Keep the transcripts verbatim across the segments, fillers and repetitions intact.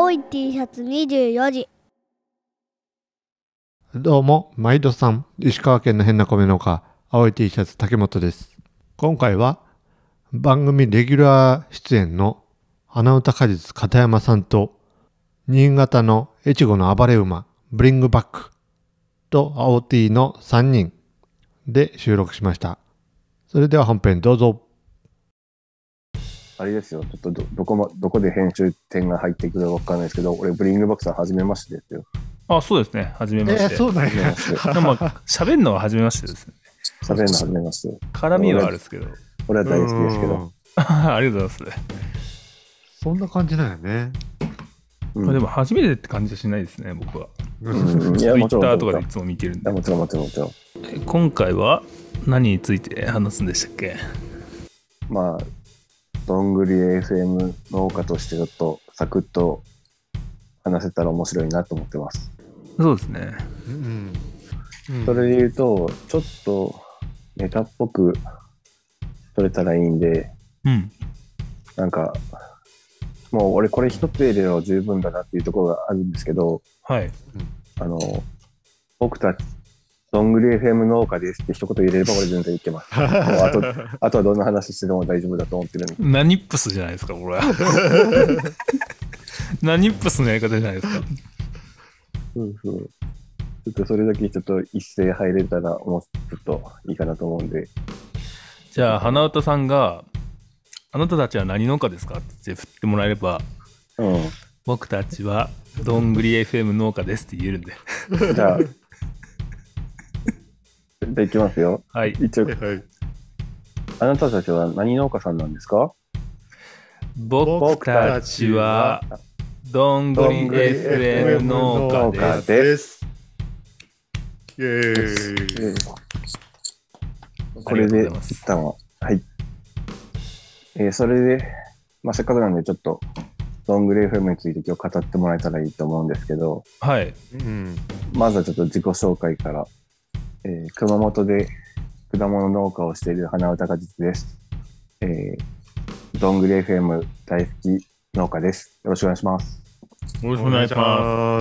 青い T シャツにじゅうよじ。 どうも、毎度さん、石川県の変な米農家、青い T シャツ竹本です。今回は番組レギュラー出演の花歌果実片山さんと、新潟の越後の暴れ馬ブリングバックと青 T のさんにんで収録しました。それでは本編どうぞ。 あれですよ、ちょっと ど, ど, こもどこで編集点が入ってくるかわかんないですけど、俺、ブリングバックさん、はじめましてですよ。 あ、そうですね。はじめまして。 えー、そうなんや。 でも、喋るのははじめましてですね。 喋るのはじめまして。 絡みはあるんですけど。 俺は大好きですけど。 ありがとうございます。 そんな感じなんやね。 うん、でも、初めてって感じはしないですね、僕は。 うん、いツイや、もちろん。 ッターとかでいつも見てるんで。 もちろん、もちろん、もちろん。 今回は何について話すんでしたっけ？ まあ、どんぐり エフエム 農家としてちょっとサクッと話せたら面白いなと思ってます。 そうですね。 うんうん、 それで言うと、ちょっとネタっぽく撮れたらいいんで、 うん、なんか、もう俺これ一つ入れれば十分だなっていうところがあるんですけど、 はい。 あの、僕たち、どんぐり エフエム 農家ですって一言入れれば俺全然いけます。もうあと、あとはどんな話しても大丈夫だと思ってるんで。 何ップスじゃないですか、これは。何ップスのやり方じゃないですか。 そうそう。ちょっとそれだけちょっと一斉入れたらもうちょっといいかなと思うんで。 じゃあ、花歌さんが、あなたたちは何農家ですかって振ってもらえれば、 うん、 僕たちはどんぐり エフエム 農家ですって言えるんで。 じゃあ、じゃあいきますよ。 はい。 一応、はい、あなたたちは何農家さんなんですか？ 僕たちはどんぐり エフエム 農家です。 イエーイ。 これで一旦は、はい。えー、それで、まあ、せっかくなんでちょっとどんぐり エフエム について今日語ってもらえたらいいと思うんですけど、 はい。 うん、 まずはちょっと自己紹介から、えー、熊本で果物農家をしている花歌果実です。えー、どんぐり エフエム 大好き農家です。よろしくお願いします。 よろしくお願いします。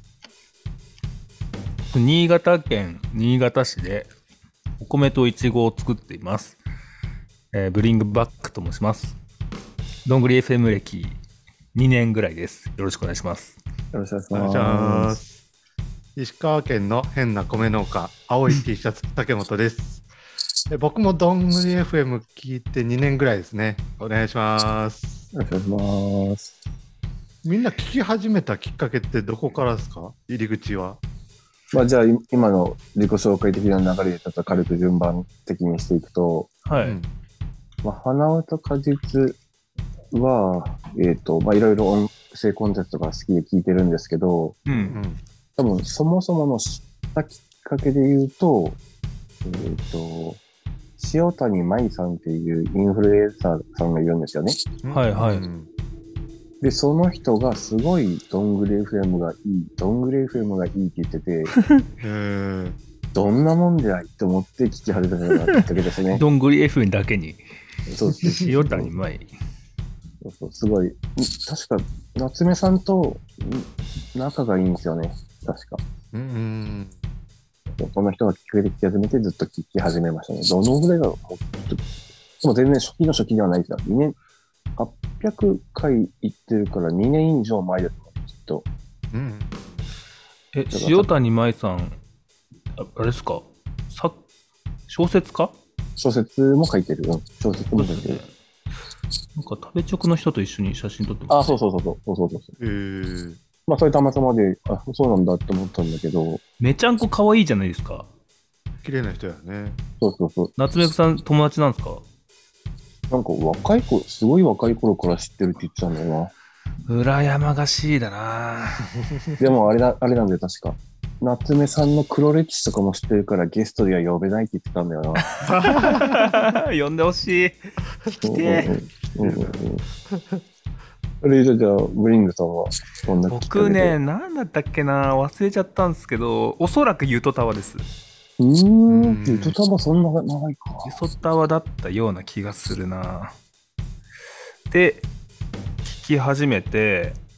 新潟県新潟市でお米といちごを作っています。えー、ブリングバックと申します。どんぐり エフエム 歴にねんぐらいです。よろしくお願いします。 よろしくお願いします。 石川県の変な米農家、青い T シャツ竹本です。僕もどんぐり エフエム 聞いてにねんぐらいですね。お願いします。 お願いします。 みんな聞き始めたきっかけってどこからですか？入り口は。 まあ、じゃあ今の自己紹介的な流れでちょっと軽く順番的にしていくと、 はい。 うん、まあ、花歌果実は、えっと、まあ、いろいろ音声コンテンツとか好きで聞いてるんですけど、 うんうん、 多分そもそもの知ったきっかけで言うと、えっと、塩谷舞さんっていうインフルエンサーさんがいるんですよね。 はいはい。 で、その人がすごいどんぐり エフエム がいい、どんぐり エフエム がいいって言ってて、どんなもんでないって思って聞き始めたのがきっかけですね。 どんぐり エフエム だけに。 そうです。 塩谷舞。 そうそう、すごい。確か、夏目さんと仲がいいんですよね。確か。 うんうん、 その人が聞き聞き始めてずっと聞き始めましたね。どのぐらいだろう。でも全然初期の初期ではないですよ。にねん、はっぴゃくかい行ってるからにねん以上前ですもん、きっと。 うん、 え、塩谷舞さん、あ, あれですかさ小説家？ 小説も書いてる。うん、小説も書いてる。 なんか食べチョクの人と一緒に写真撮ってます、 ね。あ、そうそうそうそうそうそうそう。 えー、 まあそれたまたまで、あ、そうなんだって思ったんだけど。 めちゃんこ可愛いじゃないですか。 綺麗な人やね。 そうそうそう。 夏目さん友達なんですか？ なんか若い子、すごい若い頃から知ってるって言ってたんだよな。羨まがしいだな。 でもあれだ、あれなんだよ、確か。夏目さんの黒歴史とかも知ってるからゲストでは呼べないって言ってたんだよな。呼んでほしい。聞きてー。それじゃあ、ブリングさんはどんなきっかけで？ 僕ね、なんだったっけな、忘れちゃったんですけど、おそらくゆとたわです。 うーん、ゆとたわそんな長いか。 ゆとたわだったような気がするな。で、聞き始めて、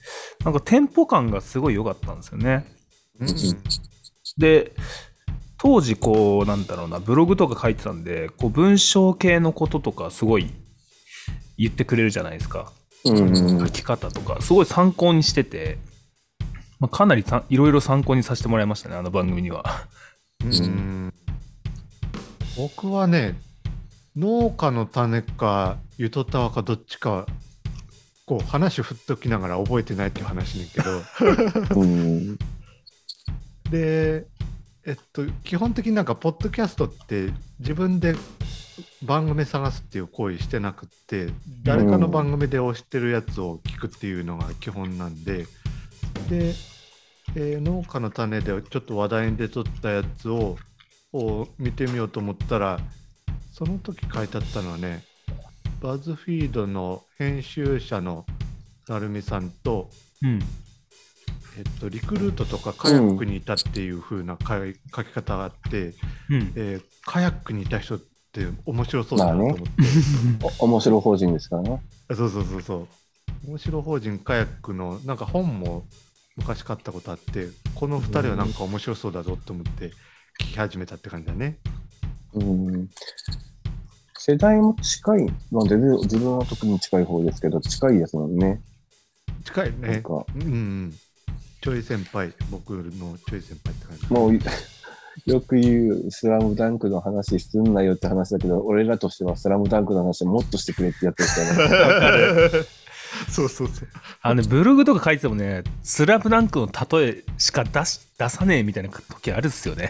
なんかテンポ感がすごい良かったんですよね。 うんで当時こうなんだろうな、ブログとか書いてたんで、こう文章系のこととかすごい言ってくれるじゃないですか。 うん書き方とかすごい参考にしてて、まあ、かなりさいろいろ参考にさせてもらいましたね、あの番組には。 うん僕はね、農家の種かゆとたわかどっちかこう話振っときながら覚えてないっていう話ねんけどうんでえっと基本的になんかポッドキャストって自分で番組探すっていう行為してなくって誰かの番組で推してるやつを聞くっていうのが基本なんで、で、えー農家の種でちょっと話題に出とったやつをを見てみようと思ったら、その時書いてあったのはね、バズフィードの編集者のなるみさんと、 うんえっと、リクルートとかカヤックにいたっていう風な書い書き方があって、 うんえーカヤックにいた人って面白そうだなと思って、 お面白法人ですからね。 そうそうそうそう面白法人カヤックのなんか本も昔買ったことあって、このふたりはなんか面白そうだぞと思って聞き始めたって感じだね。 うん世代も近い、まあ、全然自分は特に近い方ですけど、近いですもんね。 近いね。 なんかうん、うん、ちょい先輩、僕のちょい先輩って感じ。 もうよく言うスラムダンクの話すんなよって話だけど、俺らとしてはスラムダンクの話もっとしてくれってやってるからね。 そうそうそう。 あのね、ブログとか書いててもね、スラムダンクの例えしか出し出さねえみたいな時あるっすよね。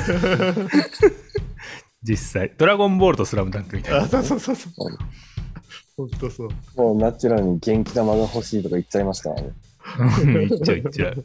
実際ドラゴンボールとスラムダンクみたいな。 あ、そうそうそうそう。本当そう。 もうナチュラルに元気玉が欲しいとか言っちゃいますからね。 うんいっちゃういっちゃう。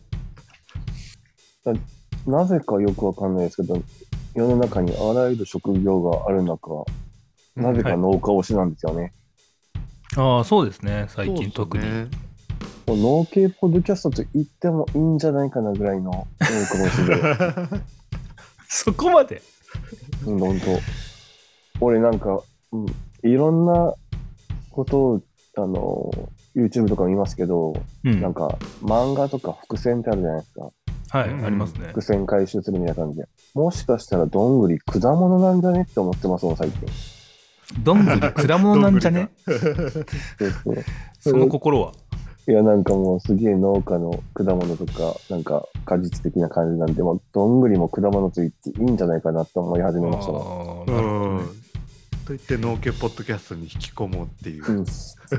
なぜかよくわかんないですけど、世の中にあらゆる職業がある中、なぜか農家推しなんですよね。 ああそうですね、最近そう特に。 っすね。 もう農系ポッドキャストと言ってもいいんじゃないかなぐらいの農家推しで。 そこまで。 うん、ほんと。俺なんか、うん、いろんなことを、あの、YouTube とか見ますけど、 うん、 なんか漫画とか伏線ってあるじゃないですか。 はい、 うんありますね。 伏線回収するみたいな感じで。もしかしたらどんぐり果物なんじゃねって思ってますもん、最近。 どんぐり果物なんじゃね。 そうそうその心は。 いや、なんかもうすげえ農家の果物とか、なんか果実的な感じなんで、もうどんぐりも果物と言っていいんじゃないかなと思い始めましたね。 あーうなるほどね。 ん。と言って農家ポッドキャストに引き込もうっていう。 うん。 い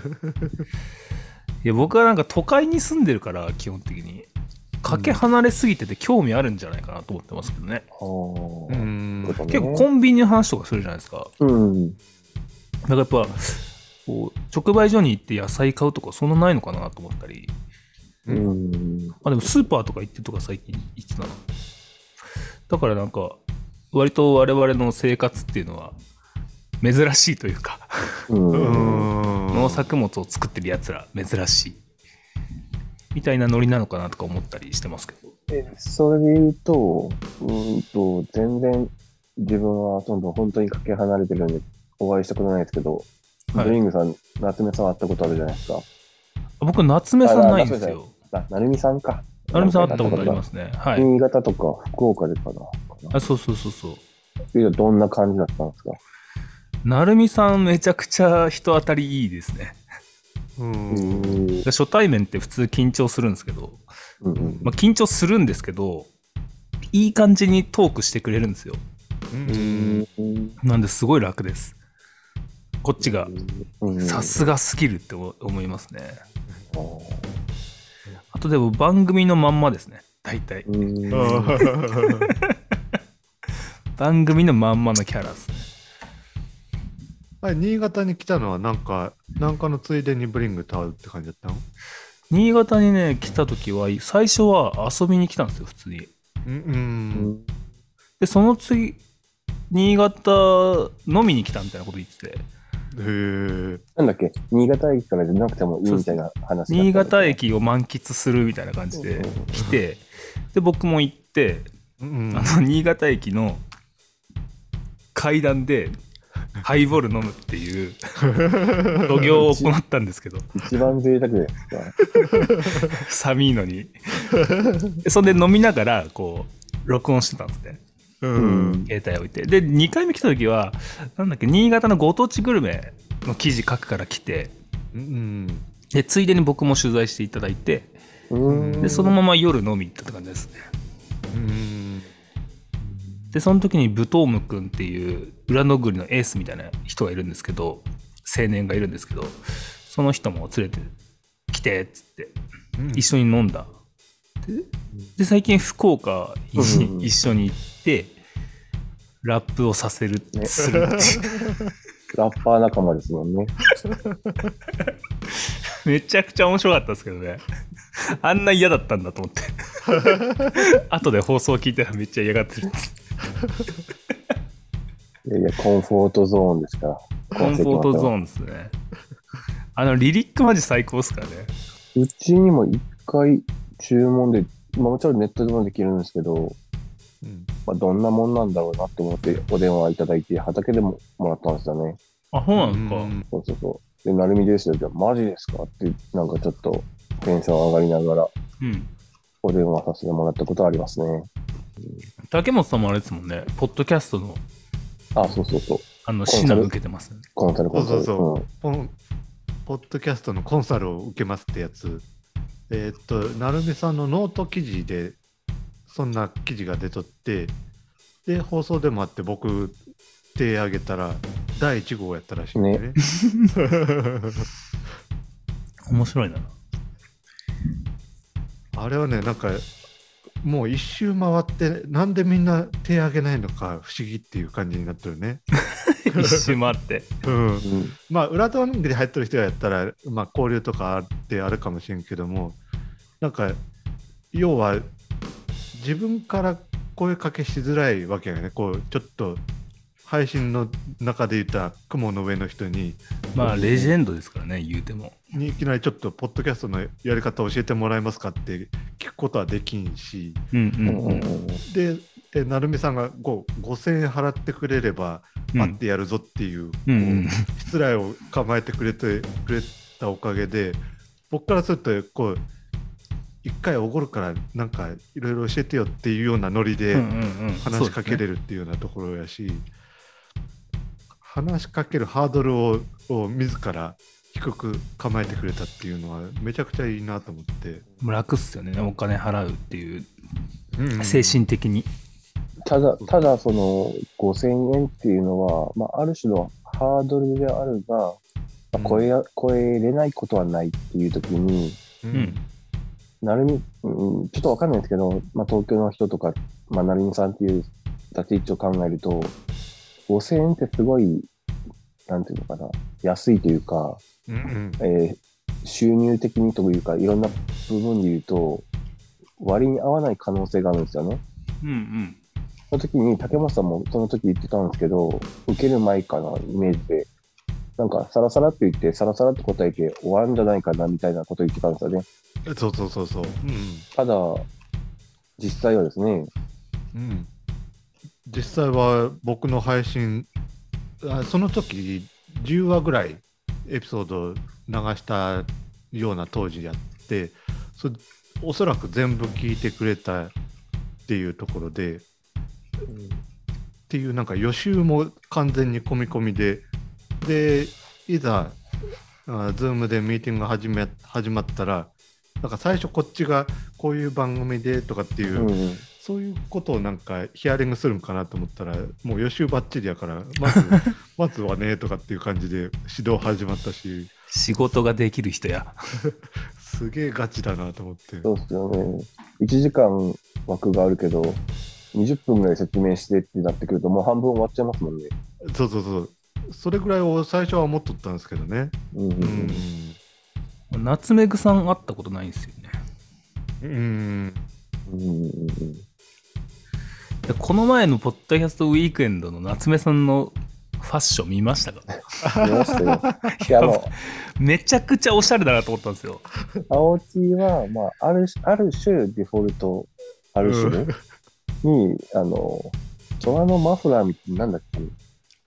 や僕はなんか都会に住んでるから基本的にかけ離れすぎてて興味あるんじゃないかなと思ってますけどね。 はあ。 うん。 結構コンビニの話とかするじゃないですか。 うん。 だからやっぱこう直売所に行って野菜買うとかそんなないのかなと思ったり、 うん。 あでもスーパーとか行ってとか最近いつだな。だからなんか割と我々の生活っていうのは珍しいというかうん。 うん。 農作物を作ってるやつら珍しいみたいなノリなのかなとか思ったりしてますけど。 え、それで言うと、うーんと、全然自分はどんどん本当にかけ離れてるんで、お会いしたことないですけど、 はいドリングさん、夏目さん会ったことあるじゃないですか。 僕夏目さんないんですあよ。 あ、なるみさんか。 なるみさん会ったことありますね。はい。 新潟とか福岡でかな。 あそうそうそうそう。 いや、どんな感じだったんですか？ なるみさんめちゃくちゃ人当たりいいですね。 うん。 うん。 初対面って普通緊張するんですけど、 うんうん。 まあ、緊張するんですけどいい感じにトークしてくれるんですよ。 うん。 うん。 なんですごい楽です。こっちがうん。 さすがすぎるって思いますね。 あーあとでも番組のまんまですね、大体。 うん。 番組のまんまのキャラですね。 あれ新潟に来たのはなんかなんかのついでにブリングと会うって感じだったの？ 新潟にね来た時は最初は遊びに来たんですよ普通に。 うんう。 うんん。 でその次新潟飲みに来たみたいなこと言ってて、 へえ。 なんだっけ、新潟駅からじゃなくてもいいみたいな話だったんですね新潟。駅を満喫するみたいな感じで来て、で僕も行って、 うん。 あの新潟駅の階段でハイボール飲むっていう土行を行ったんですけど、 一番贅沢じゃないですか。 寒いのに。それで飲みながらこう録音してたんですね。 うん携帯置いて。でにかいめ来た時はなんだっけ、新潟のご当地グルメの記事書くから来て、 うんでついでに僕も取材していただいて、 うんでそのまま夜飲み行ったって感じですね。 うんでその時にブトームくんっていう裏の国のエースみたいな人がいるんですけど、青年がいるんですけど、その人も連れて来てっつって一緒に飲んだ。で, で最近福岡にうん一緒に行ってラップをさせる、 ねするっていうラッパー仲間ですもんね。 めちゃくちゃ面白かったですけどね。あんな嫌だったんだと思って後で放送聞いたらめっちゃ嫌がってる。 いやいや、コンフォートゾーンですから。 コンフォートゾーン。 ンですね。あのリリックマジ最高ですからね。 うちにも一回注文で、まあ、もちろんネットでもできるんですけど、 うんまあ、どんなもんなんだろうなと思ってお電話いただいて、畑でももらったんですよね。 あ、そうなんですか。 うんそうそうそう。で、なるみですよ。じゃあマジですかって、なんかちょっとテンション上がりながらうん。 お電話させてもらったことはありますね。 竹本さんもあれですもんね。ポッドキャストのあ、そうそうそう。 あのコンサル指南受けてますね。 コンサルコンサル。 そうそうそうポンポッドキャストのコンサルを受けますってやつ。えーっと成美さんのノート記事でそんな記事が出とって、で放送でもあって僕手挙げたらだいいち号やったらしいんでね。 面白いな。 あれはね、なんかもう一周回ってなんでみんな手挙げないのか不思議っていう感じになってるね。 一周回って。 うんうん。うん。 まあ裏番組で入ってる人やったら、まあ、交流とかあってあるかもしれんけども、なんか要は自分から声かけしづらいわけよね。こうちょっと配信の中で言った雲の上の人にまあレジェンドですからね、言うても。 にいきなりちょっとポッドキャストのやり方を教えてもらえますかって聞くことはできんし、 うんうんうんうんうんでえ成美さんがごごせんえん払ってくれればうん会ってやるぞっていう、 うんうんこう失礼を構えてくれてくれたおかげで、僕からするとこう一回おごるからなんかいろいろ教えてよっていうようなノリでうんうんうん話しかけれるっていうようなところやし、話しかけるハードルをを自ら低く構えてくれたっていうのはめちゃくちゃいいなと思って、 もう楽っすよね、お金払うっていううん精神的に。 ただ、ただそのごせんえんっていうのは、まあ、ある種のハードルであるが、まあ、超えや、超えれないことはないっていう時に、 ううんんなるみ、うん、ちょっとわかんないですけど、まあ、東京の人とか、まあ、なるみさんっていう立ち位置を考えると、ごせんえんってすごい、なんていうのかな、安いというか、 うんうんえー収入的にというか、いろんな部分で言うと、割に合わない可能性があるんですよね。 うんうんその時に竹本さんもその時言ってたんですけど、受ける前かなイメージで、なんかサラサラって言ってサラサラって答えて終わるんじゃないかなみたいなことを言ってたんですよね。 そうそうそうそう、 ただ、実際はですね、 うんうん、実際は僕の配信あその時じゅうわぐらいエピソード流したような当時やってそおそらく全部聞いてくれたっていうところで、っていうなんか予習も完全に込み込みででいざあ Zoom でミーティングが始め始まったらなんか最初こっちがこういう番組でとかっていう、 うんうん、 そういうことをなんかヒアリングするんかなと思ったらもう予習ばっちりやからまずまずはねとかっていう感じで指導始まったし仕事ができる人や。 すげえガチだなと思ってそうですよね。いちじかん枠があるけど、にじゅっぷんぐらい説明してってなってくると、もう半分終わっちゃいますもんね。 そうそうそうそれぐらいを最初は思っとったんですけどねうんうんううんん夏目ぐさん会ったことないんですよね。 うんうんうんうんでこの前のポッドキャストウィークエンドの夏目さんのファッション見ましたか？ 見ましたよ。いや、あの、 めちゃくちゃおしゃれだなと思ったんですよ。 青木は、まあ、ある、ある種デフォルト、ある種に、あの、虎のマフラーみたいな、なんだっけ、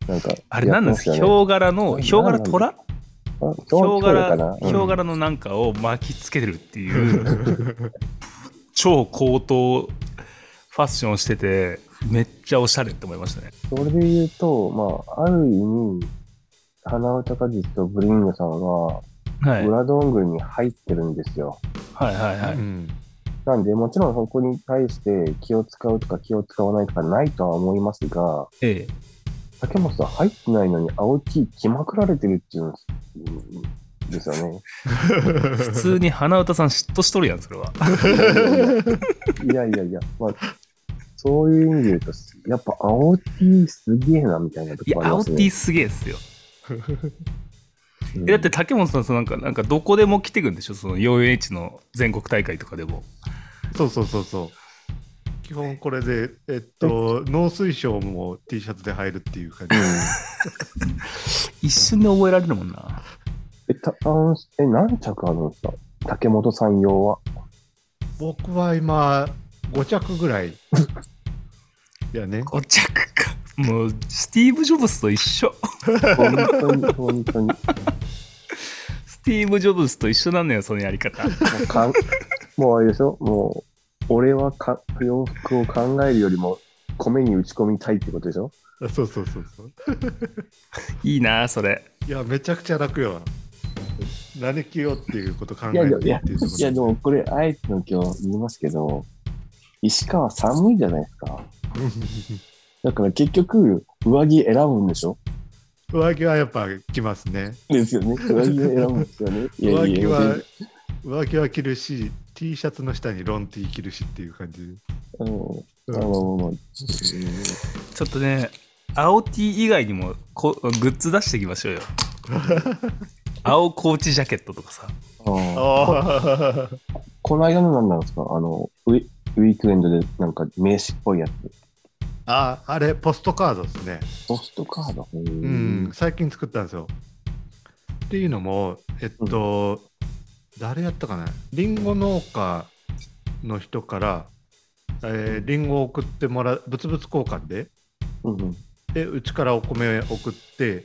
なんかあれ何なんですか、ヒやってまョウ柄の、 なヒョウ柄虎したよね。あヒョウ柄、 かな、 ヒョウ柄のなんかを巻きつけてるっていう超高等ファッションをしてて、めっちゃおしゃれって思いましたね。 それで言うと、まあ、ある意味、花歌果実とブリングさんは、 はい裏どんぐりに入ってるんですよ。 はいはいはい、 うんなんで、もちろんそこに対して気を使うとか気を使わないとかないとは思いますが、 ええ、 竹本さん入ってないのに青 T 着まくられてるっていうんですよね。 普通に花歌さん嫉妬しとるやん、それは。 いやいやいや、まあ、そういう意味で言うと、やっぱ青 T すげえなみたいなといや、青こありますね。 T すげえっすよ。 うんえだって竹本さん、そのなんか、なんかどこでも来てくんでしょ、その ヨーエイチ の全国大会とかでも。 そうそうそうそう。基本これで、えっと、農水省も T シャツで入るっていう感じ。 一瞬で覚えられるもんな。 え、たあのえ、何着あるんですか、竹本さん用は。 僕は今、ご着ぐらい。いやね。 ご着か。もう、スティーブ・ジョブズと一緒。 本当に、本当に。 スティーブ・ジョブズと一緒なんだよ、そのやり方。 もうかんもうあれでしょ、もう、俺はか洋服を考えるよりも、米に打ち込みたいってことでしょ。 そうそうそうそう。 いいな、それ。 いや、めちゃくちゃ楽よ。何着ようっていうこと考えいや、いや、 ていいっていうところいや、でもこれ、あえての今日言いますけど、石川寒いじゃないですか。だから結局、上着選ぶんでしょ。 上着はやっぱ着ますね。 ですよね。上着を選ぶんですよね。いやいや上着は、上着は着るし、T シャツの下にロン T 着るしっていう感じで。 うん、 うんあの、まあ、 ちょっとね、青 T 以外にもこグッズ出していきましょうよ。青コーチジャケットとかさ。 あああこの間の何なんですか、あのウィ、ウィークエンドでなんか名刺っぽいやつ。 あ、あれ、ポストカードですね。 ポストカード。ううん、最近作ったんですよ。っていうのも、えっと、誰やったかな、リンゴ農家の人から、えー、リンゴを送ってもらう、物々交換で、 うんうん。 で、うちからお米を送って、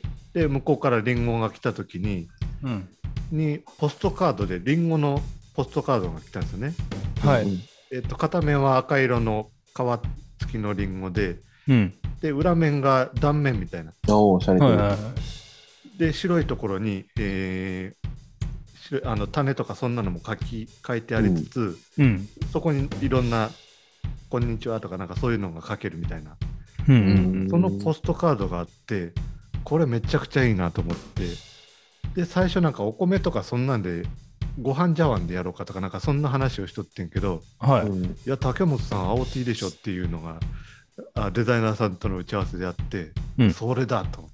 で、向こうからリンゴが来た時に、 うん。 にポストカードでリンゴのポストカードが来たんですよね。 はい。 うんえっと、片面は赤色の皮付きのリンゴで、 うん。 で、裏面が断面みたいな。 おー、しゃれてる。 はいはいはい。 で、白いところに、えー白いあの種とかそんなのも書き書いてありつつ、 うん。 そこにいろんな「こんにちは」とかなんかそういうのが書けるみたいな、 うん。 ううんんそのポストカードがあって、これめちゃくちゃいいなと思って、で最初なんかお米とかそんなんでご飯茶碗でやろうかとかなんかそんな話をしとってんけど、 はい。 うんいや竹本さん青 T でしょっていうのがあデザイナーさんとの打ち合わせであって、 うんそれだと思って。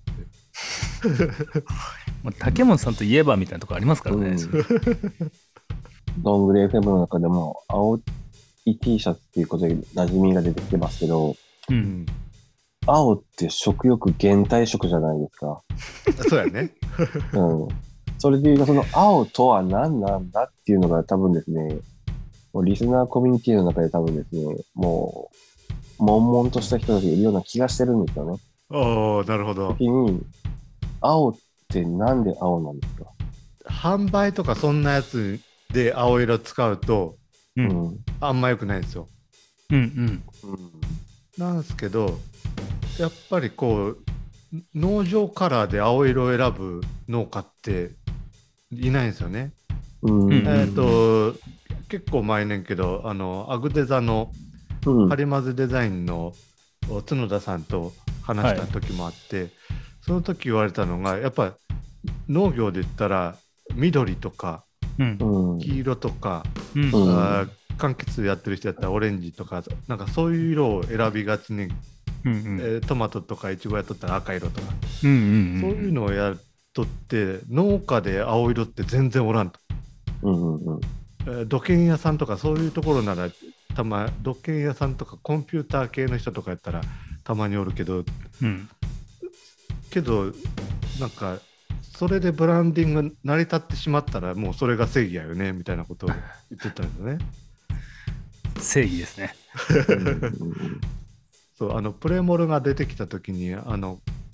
まあ竹本さんといえばみたいなとこありますからね。 うんどんぐり エフエム の中でも青い T シャツっていうことで馴染みが出てきてますけど、 う。 うんん、 青って食欲減退色じゃないですか。 そうやね。 うん。それでいうとその青とは何なんだっていうのが多分ですね、もうリスナーコミュニティの中で多分ですね、もう悶々とした人たちがいるような気がしてるんですよね。 おー、なるほど。 時に青ってなんで青なんですか。 販売とかそんなやつで青色使うとう。 うんん。 あんま良くないんですよ。 うん。うん。 なんですけどやっぱりこう農場カラーで青色を選ぶ農家っていないんですよね。 うん。 うんえっ、と結構前ねんけどあのアグデザのうん。 ハリマズデザインの角田さんと話した時もあって、その時言われたのがやっぱ農業で言ったら緑とかうん。 うん。 黄色とか、 うん。 うんあー柑橘やってる人だったらオレンジとかなんかそういう色を選びがちに、 うん。 えートマトとかイチゴやっとったら赤色とか、 うん。うん。 そういうのをやっとって農家で青色って全然おらんと、 うん。うん。 えー土建屋さんとかそういうところならたま土建屋さんとかコンピューター系の人とかやったらたまにおるけどうん。 けどなんかそれでブランディングが成り立ってしまったらもうそれが正義やよねみたいなことを言ってたんですよね。 正義ですね。 うん。 そうあのプレモルが出てきた時にあの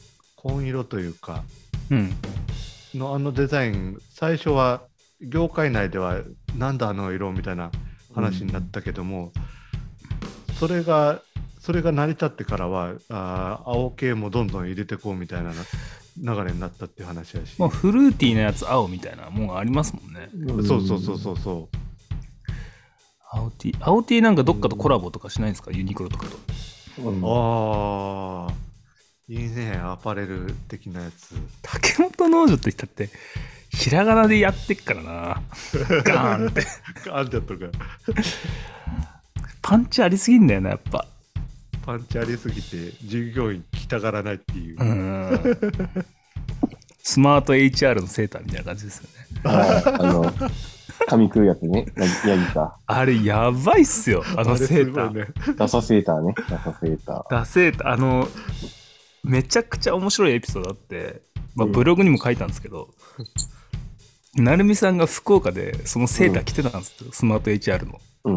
紺色というかうん。 のあのデザイン、最初は業界内ではなんだあの色みたいな話になったけども、うん、それがそれが成り立ってからはあ青系もどんどん入れてこうみたいな流れになったっていう話やし、 まあ、フルーティーなやつ青みたいなもんありますもんね。 うん、そうそうそうそうそう。 青 T、青 T なんかどっかとコラボとかしないんですか、ユニクロとかと。 うん、ああ、いいね、アパレル的なやつ。 竹本農場って言ったってひらがなでやってっからな。ガーンってガーンってやっとるからパンチありすぎんだよな、やっぱ。 パンチありすぎて従業員来たがらないっていう。うんスマート エイチアール のセーターみたいな感じですよね。 ああの紙食うやつね、ヤギか。 あれやばいっすよ、あのセーター。 ね、ダサセーターね、ダサセーター。 ダセーター、あのめちゃくちゃ面白いエピソードあって、まあ、ブログにも書いたんですけど、うん、成美さんが福岡でそのセーター着てたんですよ、うん、スマート エイチアール の。うん、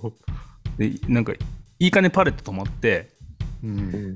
でなんかいいかねパレット泊まって、うん、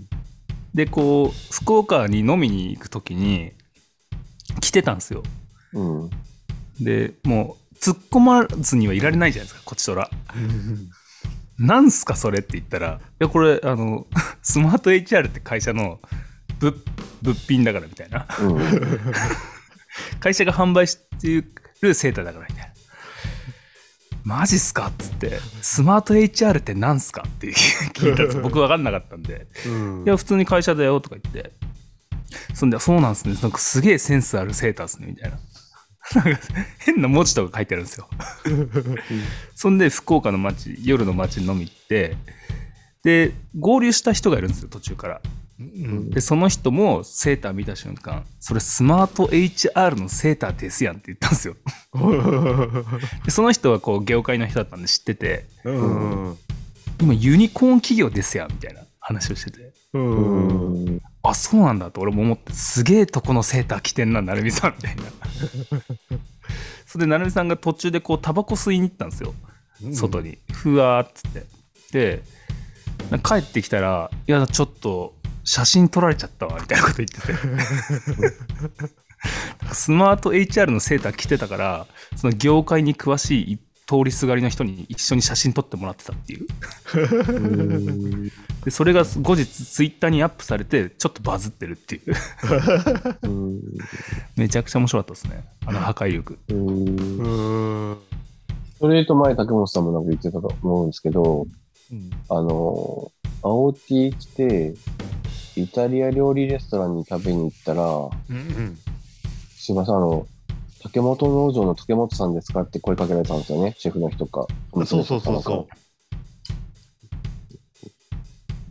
でこう福岡に飲みに行く時に着てたんですよ、うん、でもう突っ込まずにはいられないじゃないですか、こっちとら。なんすかそれって言ったら、いやこれあのスマート エイチアール って会社の物品だからみたいな、うん、会社が販売してるセーターだからみたいな。マジっすかっつって、スマート エイチアール ってなんすかって聞いたんです。僕分かんなかったんで、うん、いや普通に会社だよとか言って、そんでそうなんすね、なんかすげえセンスあるセーターっすねみたいな。なんか変な文字とか書いてあるんですよ。そんで福岡の街、夜の街に飲み行って、で合流した人がいるんですよ途中から。うん、でその人もセーター見た瞬間、それスマート エイチアール のセーターですやんって言ったんですよ。でその人はこう業界の人だったんで知ってて、うん、今ユニコーン企業ですやんみたいな話をしてて、うん、あそうなんだと俺も思って、すげえとこのセーター着てんな成美さんみたいな。それで成美さんが途中でこうタバコ吸いに行ったんですよ、外に。ふわーっつってで帰ってきたら、いやちょっと写真撮られちゃったわみたいなこと言っててスマート エイチアール のセーター着てたから、その業界に詳しい通りすがりの人に一緒に写真撮ってもらってたっていうでそれが後日ツイッターにアップされてちょっとバズってるっていうめちゃくちゃ面白かったですね、あの破壊力。うーん、それと前竹本さんもなんか言ってたと思うんですけど、うん、あの青 T 着てイタリア料理レストランに食べに行ったら、うんうん、すいません、あの竹本農場の竹本さんですかって声かけられたんですよね、シェフの人か。 そうそうそうそう。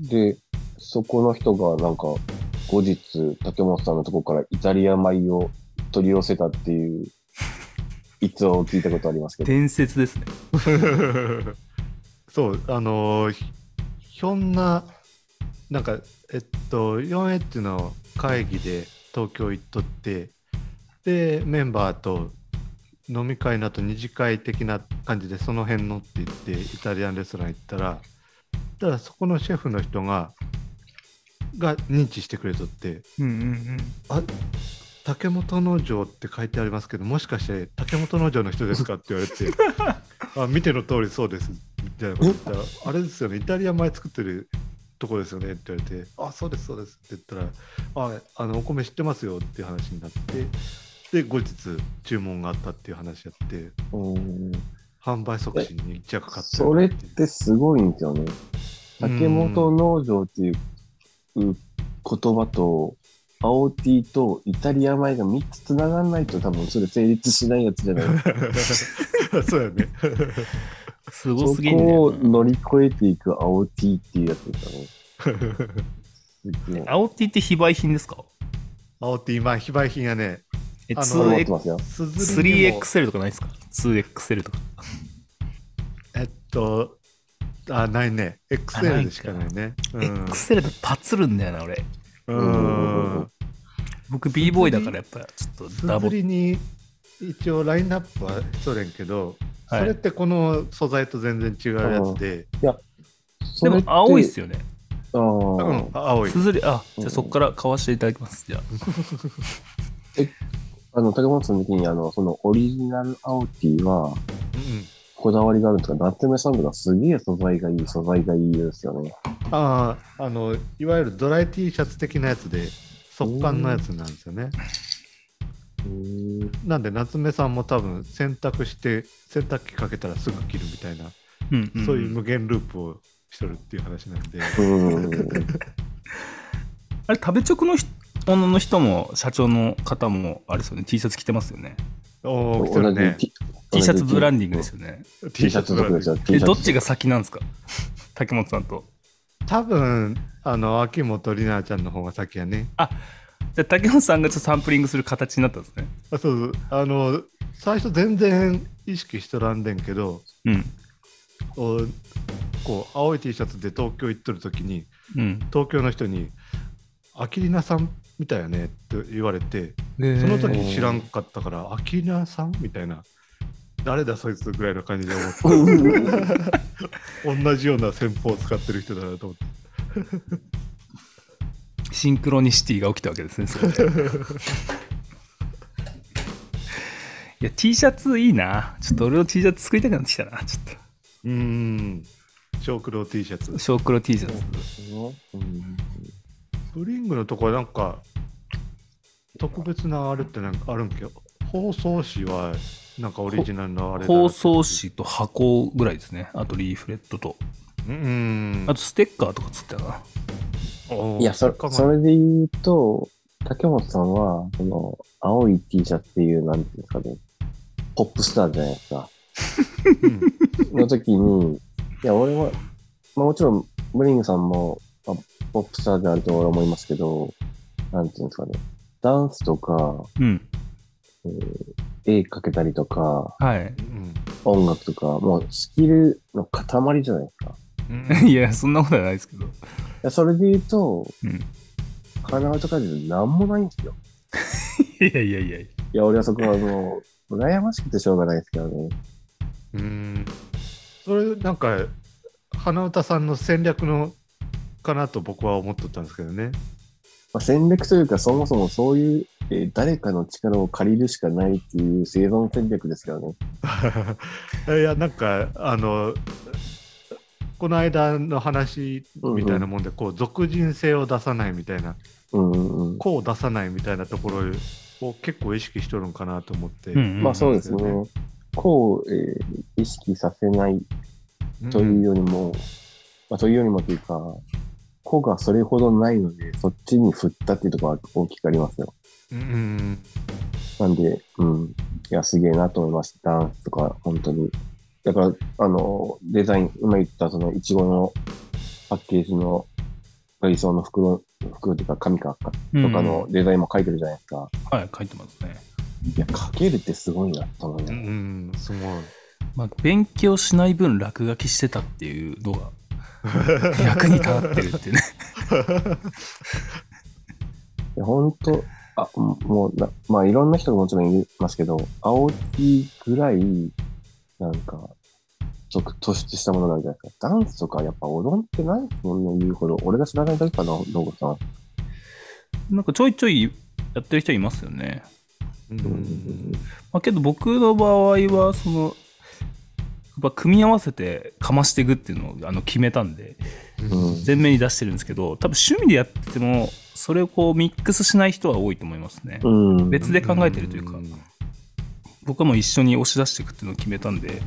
で、そこの人がなんか後日竹本さんのとこからイタリア米を取り寄せたっていう逸話を聞いたことありますけど。 伝説ですね。 そう、あのひょんななんかえっと フォーエイチ の会議で東京行っとって、でメンバーと飲み会の後二次会的な感じでその辺のって言ってイタリアンレストラン行ったら、ただそこのシェフの人がが認知してくれとって、うんうんうん、あ竹本農場って書いてありますけど、もしかして竹本農場の人ですかって言われてあ見ての通りそうですみたいなこと言ったらあれですよね、イタリア米作ってるとこですよねって言われて、あそうですそうですって言ったら、ああのお米知ってますよっていう話になって、で後日注文があったっていう話やって、うん販売促進に一役買ってる。 それってすごいんですよね。竹本農場っていう言葉と青 T とイタリア米がみっつつながんないと多分それ成立しないやつじゃないそうやね。 すごすぎんね。そこを乗り越えていく青 T っていうやつですかね。青 T って非売品ですか？ 青 T、まあ非売品やね。 え、ツーエックスエル とかないですか？ ツーエックスエル とか。 えっと、あ、ないね。エックスエル でしかないね。 うん、エックスエル だとパツるんだよな、俺。うん。僕 B ボーイだからやっぱちょっとダボ。 すずりに一応ラインナップはしとれんけど、はい、それってこの素材と全然違うやつで。いや、 でも青いっすよね。 あうんー、 青い。 すずり、あ、じゃあそこから買わせていただきます。じゃあ。 あの、竹本さん的に、あの、そのオリジナル青ティーは、 うんこだわりがあるんですか？夏目さんとかすげえ素材がいい、素材がいいですよね。 ああ、あの、いわゆるドライ T シャツ的なやつで、速乾のやつなんですよね。 うーん。 なんで、夏目さんも多分洗濯して、洗濯機かけたらすぐ着るみたいな、 うんうん、 そういう無限ループをしとるっていう話なんで。 うん。 あれ、食べ直の人女の人も、社長の方も、あれですよね、T シャツ着てますよね。 おー、来てるね。 T, T シャツブランディングですよね。 T シャツ族ですよ。T シえ、 ャツどっちが先なんですか？竹本さんと。 多分、あの、秋元里奈ちゃんの方が先やね。 じゃあ竹本さんがちょっとサンプリングする形になったんですね。 あ、そうそう、あの、最初全然意識しとらんでんけど、 うんおこう青い T シャツで東京行っとる時に、 うん。 東京の人に「あきりなさんみたいやね」って言われて、 でその時知らんかったから「あきりなさん?」みたいな、誰だそいつぐらいの感じで思って同じような戦法を使ってる人だなと思って。 シンクロニシティが起きたわけですね、それで。いや T シャツいいな。ちょっと俺の T シャツ作りたくなってきたな。ちょっうーん、小黒 T シャツと小黒 T シャツ。 うんブリングのとこはなんか特別なあれってなんかあるんけど、包装紙はなんかオリジナルのあれだな包装紙と箱ぐらいですね。あとリーフレットと、 うーん、 あとステッカーとかつってたな。 おーいや、そかもそれで言うと、竹本さんは、この、青い T シャツっていう、なんていうんですかね、ポップスターじゃないですか。 うんの時に、いや、俺は、まあもちろん、ブリングさんも、まあ、ポップスターであると俺は思いますけど、なんていうんですかね、ダンスとか、 うん。 えー絵描けたりとか、 はい。 うん音楽とか、もうスキルの塊じゃないですか。 うんいや、そんなことはないですけど。 いやそれで言うと、 うん。 鼻歌かじなんもないんですよ。 いやいやいやいや。 いや、俺はそこはもう、羨ましくてしょうがないですけどね。 うーん、それなんか花歌さんの戦略のかなと僕は思っとったんですけどね。 まあ、戦略というか、そもそもそういう、えー誰かの力を借りるしかないっていう生存戦略ですからね。 いやなんかあのこの間の話みたいなもんで、こう俗人性を出さないみたいな、 うんうんうん。 こう出さないみたいなところを結構意識しとるんかなと思って、 うんうんまあそうですね。こう、えー意識させないというよりも、まあというよりもというか、個がそれほどないので、そっちに振ったっていうところは大きくありますよ。 うんうんなんで、うん。いや、すげえなと思いました。ダンスとか、本当に。だから、あの、デザイン、今言ったその、いちごのパッケージの、理想の袋、袋というか、紙か、とかのデザインも書いてるじゃないですか。 はい、書いてますね。 いや、書けるってすごいなと思います。 うんうん、すごい。 まあ、勉強しない分落書きしてたっていうのが役に立ってるっていうね。 いや、本当あ、もうな、まあ、いろんな人がもちろんいますけど、青木ぐらい、なんか、ちょっと突出したものがあるじゃないですか。ダンスとかやっぱ踊ってないもんね、言うほど。俺が知らないだけかな、どうかさん。 なんかちょいちょいやってる人いますよね。 うんうんまあ、けど僕の場合はそのやっぱ組み合わせてかましていくっていうのをあの決めたんでうん。 前面に出してるんですけど、多分趣味でやっててもそれをこうミックスしない人は多いと思いますね。 うん。 別で考えてるというか、僕はもう一緒に押し出していくっていうのを決めたんで、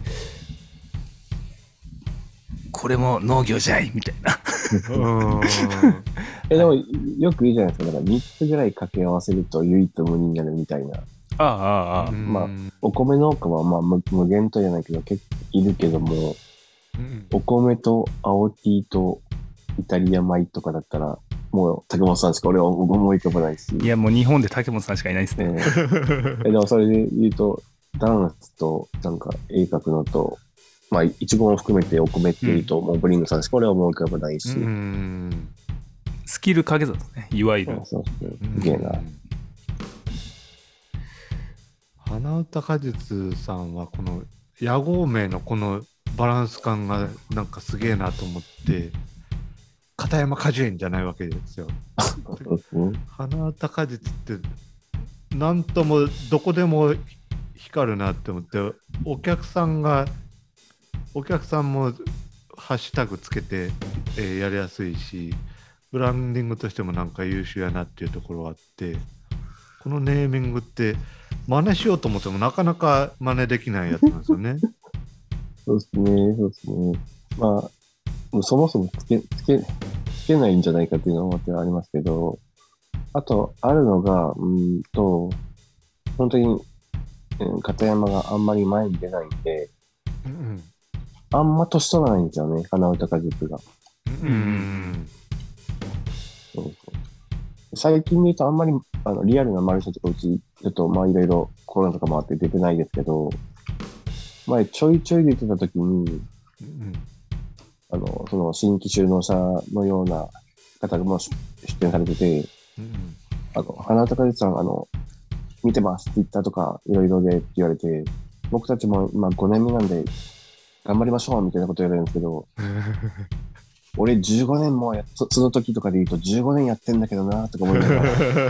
これも農業じゃいみたいな。 うんえ、でも、よく言うじゃないですか。だからみっつぐらい掛け合わせると唯一無二になるみたいな。 ああああああ、 まあお米農家はまあ無無限とじゃないけど結構いるけども、 うんお米と青ティーとイタリア米とかだったら、もう竹本さんしか俺は思い浮かばないし。 いやもう日本で竹本さんしかいないですね。 えーえでもそれで言うと、ダンスとなんか絵描くのと、まあ、いちごも含めてお米っていうと、もうブリングさんしか俺は思い浮かばないし。 うんスキル掛け算ですね、いわゆる。 そうそうすげえな。 花歌果実さんはこの野号名のこのバランス感がなんかすげえなと思って、 片山果樹園じゃないわけですよ。 そうですね。 花歌果実ってなんともどこでも光るなって思って、お客さんがお客さんもハッシュタグつけて、えーやりやすいし、ブランディングとしてもなんか優秀やなっていうところがあって、このネーミングって真似しようと思ってもなかなか真似できないやつなんですよね。 そうですね。そうですね。まあ、もうそもそもつけ、つけ、つけないんじゃないかっていうのは思ってはありますけど、あと、あるのが、うーんと、本当に、うん片山があんまり前に出ないんで、 うんあんま年取らないんですよね、花歌果実が。 うんうんそうそう最近で言うとあんまりあのリアルなマルシェとかうち、ちょっとまあいろいろコロナとかもあって出てないですけど、前ちょいちょい出てた時に、 うんあの、その新規就農者のような方がもう出出展されてて、 うんあの、花歌果実さん、あの、見てます、ツイッターとかいろいろでって言われて、僕たちも今ごねんめなんで頑張りましょうみたいなこと言われるんですけど、俺じゅうごねんもやそ、その時とかで言うとじゅうごねんやってんだけどなとか思いながら、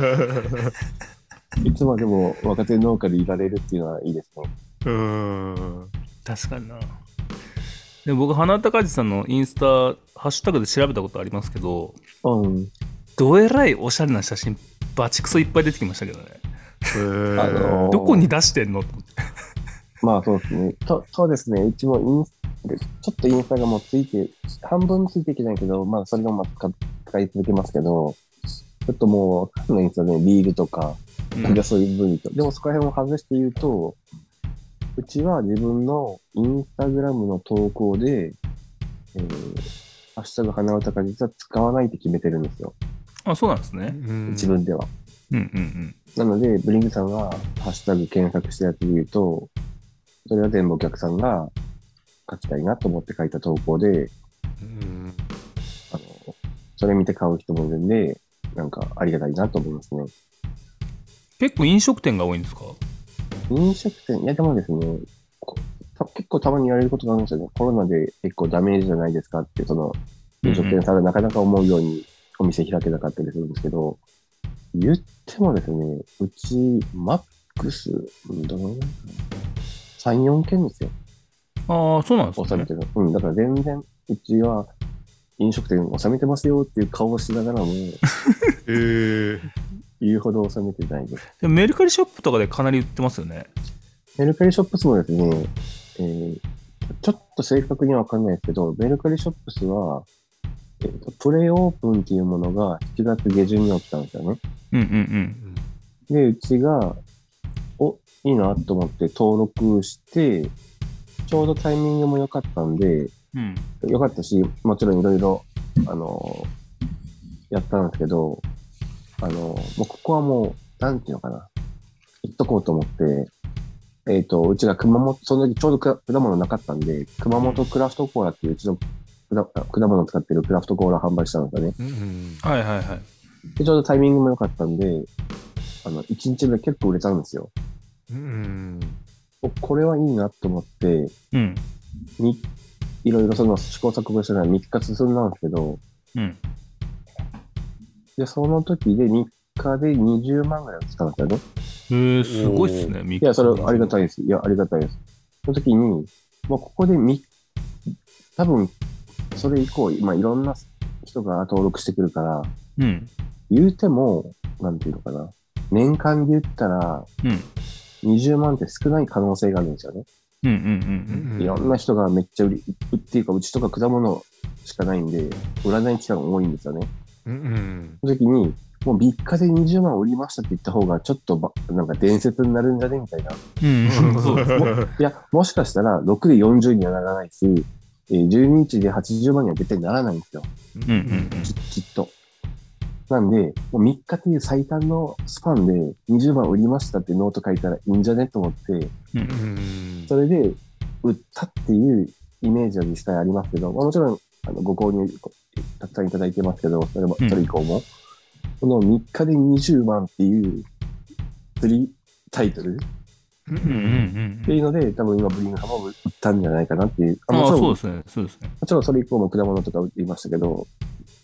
いつまでも若手農家でいられるっていうのはいいですね。 うん確かにな。で僕花歌果実さんのインスタハッシュタグで調べたことありますけど、 うん。 どえらいおしゃれな写真バチクソいっぱい出てきましたけどね。 へーあのーどこに出してんのと思って。 まあそうですね。と、そうですね。うちもインスでちょっとインスタがもうついて、半分ついていけないけど、まあそれでもまあ使使い続けますけど、ちょっともう、のインスタね、リールとか、なんかそういう分と、でもそこら辺を外して言うと、うちは自分のインスタグラムの投稿で、えー、ハッシュタグ花歌果実は使わないって決めてるんですよ。 あ、そうなんですね。 うん自分では。 うんうんなので、ブリングさんがハッシュタグ検索したやつで言うと、それは全部お客さんが書きたいなと思って書いた投稿で、 うんあの、それ見て買う人もいるんで、なんかありがたいなと思いますね。 結構飲食店が多いんですか？ 飲食店、いやでもですね、こた結構たまに言われることがあるんですよね。コロナで結構ダメージじゃないですかって、その、飲食店さんがなかなか思うようにお店開けなかったりするんですけど、言ってもですね、うち、マックス、うんどのぐらいかなさん、よんけんですよ。 ああ、そうなんですね収め。てる。うん、だから全然、うちは飲食店収めてますよっていう顔をしながらも、 へー言うほど収めてないです。 でもメルカリショップとかでかなり売ってますよね。 メルカリショップスもですね、えーちょっと正確にはわかんないですけど、メルカリショップスは、えーと、プレイオープンっていうものがしちがつ下旬に起きたんですよね。 うんうんで、うちが、お、いいなと思って登録して、ちょうどタイミングも良かったんで、 うん。うん。 良かったし、もちろんいろいろ、あのーやったんですけど、あのーもうここはもう、なんていうのかな。言っとこうと思って、えっ、と、うちが熊本、その時ちょうど果果物なかったんで、熊本クラフトコーラっていううちの果果物を使ってるクラフトコーラ販売したんですよね。 うんはいはいはい。 で、ちょうどタイミングも良かったんで、あの、いちにちめ結構売れたんですよ。 うんおこれはいいなと思って、 うん。 に、いろいろその試行錯誤したらみっか進んだんですけど、 うん。 で、その時でみっかでにじゅうまんぐらい売ってたんですよね。 えー、すごいっすね。いいや、それはありがたい。 いです。いや、ありがたいです。その時に、もうここでみ、多分、それ以降、まあ、いろんな人が登録してくるから、 うん。 言うても、なんていうのかな。年間で言ったら、 うん。 にじゅうまんって少ない可能性があるんですよね。 うんうんうんうん。 いろんな人がめっちゃ売り、売っていうか、うちとか果物しかないんで、売らない期間多いんですよね。 うんその時に、もうみっかでにじゅうまん売りましたって言った方が、ちょっとば、なんか伝説になるんじゃねみたいな。 うんうん。そうです。 もいや、もしかしたら、ろくでよんじゅうにはならないし、えーじゅうににちではちじゅうまんには絶対ならないんですよ。 うんうんうん。 ききっと。なんで、もうみっかっていう最短のスパンでにじゅうまん売りましたってノート書いたらいいんじゃねと思って、 うんうんそれで売ったっていうイメージは実際ありますけど、まあ、もちろんあのご購入たくさんいただいてますけど、それも、 うんそれ以降も、このみっかでにじゅうまんっていう釣りタイトルうんうんうんうんっていうので、多分今ブリングハムを売ったんじゃないかなっていう。 ああ、 もちろん、 そうですね。そうですね。 もちろんそれ以降も果物とか売っていましたけど、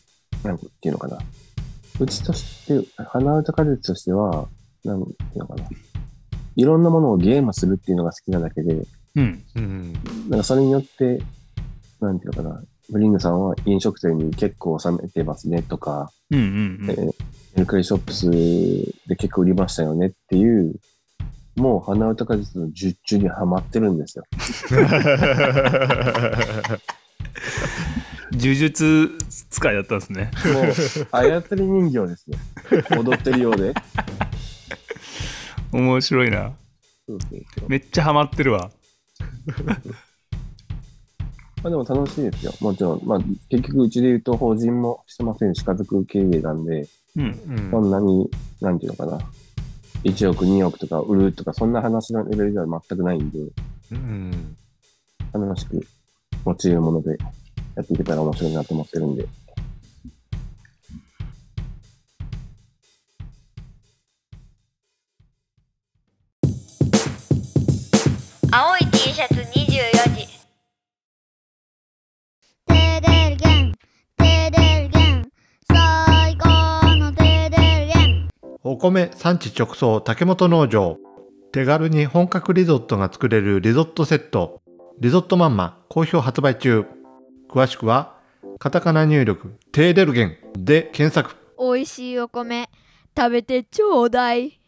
なんていうのかな。うちとして、花歌果実としては、なんていうのかな。いろんなものをゲームするっていうのが好きなだけで、 うん。 うん。 なんかそれによって、なんていうのかな。ブリングさんは飲食店に結構収めてますねとか、 うんうんうん。 えーメルカリショップスで結構売りましたよねっていう、もう花歌果実の術中にはまってるんですよ。 呪術使いだったんですね。 もう操り人形ですね。踊ってるようで。 面白いな。 そうそうそう。 めっちゃハマってるわ。 まあでも楽しいですよ。もちろん。まあ結局うちで言うと法人もしてませんし、家族経営なんで、 うん。 うんそんなに、なんていうのかな。いちおく、におくとか売るとか、そんな話のレベルでは全くないんで、 うん。 楽しく持ち得るものでやっていけたら面白いなと思ってるんで。 青い T シャツにじゅうよじ。テレルゲン、テレルゲン、最高のテレルゲン。 お米産地直送竹本農場。手軽に本格リゾットが作れるリゾットセット。リゾットマンマ好評発売中。詳しくはカタカナ入力テーデルゲンで検索。 おいしいお米食べてちょうだい。